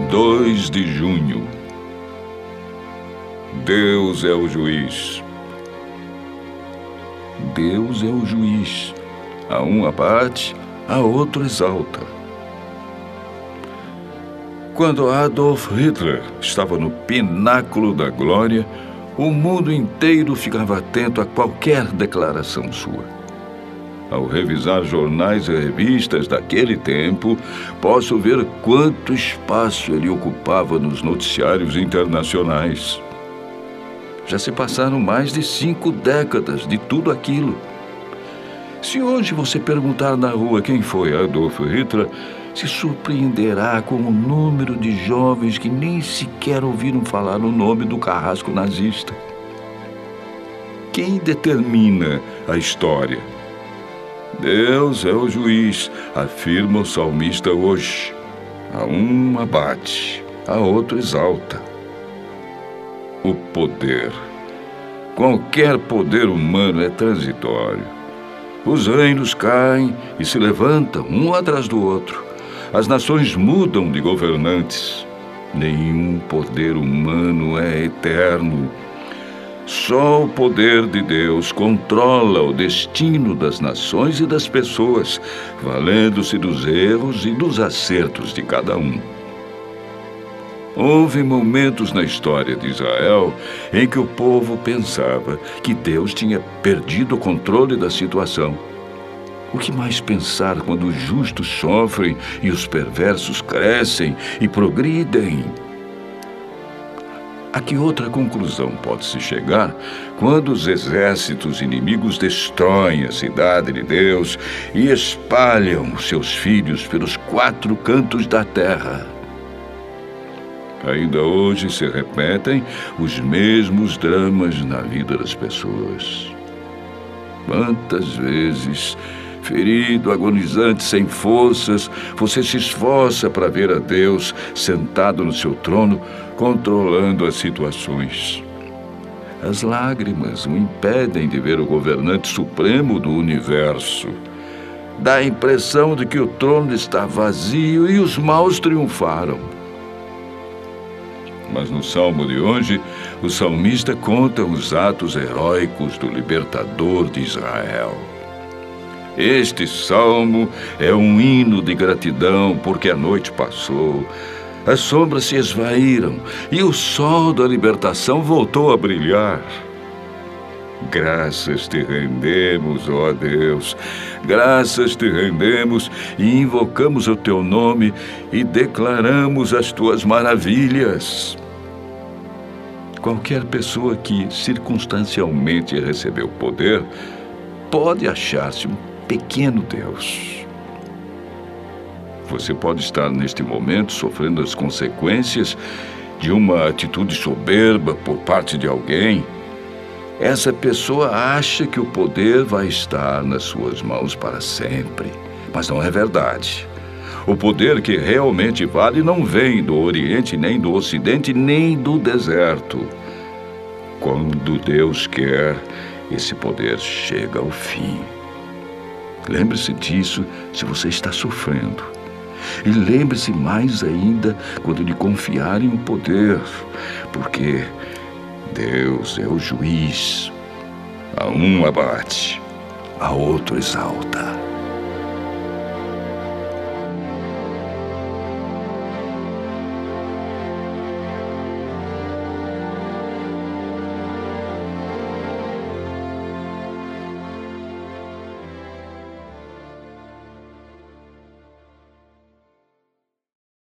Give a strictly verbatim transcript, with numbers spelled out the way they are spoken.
dois de junho. Deus é o juiz. Deus é o juiz. A um abate, a outro exalta. Quando Adolf Hitler estava no pináculo da glória, o mundo inteiro ficava atento a qualquer declaração sua. Ao revisar jornais e revistas daquele tempo, posso ver quanto espaço ele ocupava nos noticiários internacionais. Já se passaram mais de cinco décadas de tudo aquilo. Se hoje você perguntar na rua quem foi Adolf Hitler, se surpreenderá com o número de jovens que nem sequer ouviram falar no nome do carrasco nazista. Quem determina a história? Deus é o juiz, afirma o salmista hoje. A um abate, a outro exalta. O poder. Qualquer poder humano é transitório. Os reinos caem e se levantam um atrás do outro. As nações mudam de governantes. Nenhum poder humano é eterno. Só o poder de Deus controla o destino das nações e das pessoas, valendo-se dos erros e dos acertos de cada um. Houve momentos na história de Israel em que o povo pensava que Deus tinha perdido o controle da situação. O que mais pensar quando os justos sofrem e os perversos crescem e progridem? A que outra conclusão pode-se chegar quando os exércitos inimigos destroem a cidade de Deus e espalham seus filhos pelos quatro cantos da terra? Ainda hoje se repetem os mesmos dramas na vida das pessoas. Quantas vezes, ferido, agonizante, sem forças, você se esforça para ver a Deus sentado no seu trono, controlando as situações. As lágrimas o impedem de ver o governante supremo do universo. Dá a impressão de que o trono está vazio e os maus triunfaram. Mas no salmo de hoje, o salmista conta os atos heróicos do libertador de Israel. Este salmo é um hino de gratidão porque a noite passou, as sombras se esvaíram e o sol da libertação voltou a brilhar. Graças te rendemos, ó Deus, graças te rendemos e invocamos o teu nome e declaramos as tuas maravilhas. Qualquer pessoa que circunstancialmente recebeu poder pode achar-se um pequeno Deus. Você pode estar neste momento sofrendo as consequências de uma atitude soberba por parte de alguém. Essa pessoa acha que o poder vai estar nas suas mãos para sempre, mas não é verdade. O poder que realmente vale não vem do Oriente, nem do Ocidente, nem do deserto. Quando Deus quer, esse poder chega ao fim. Lembre-se disso se você está sofrendo. E lembre-se mais ainda quando lhe confiarem o poder, porque Deus é o juiz. A um abate, a outro exalta.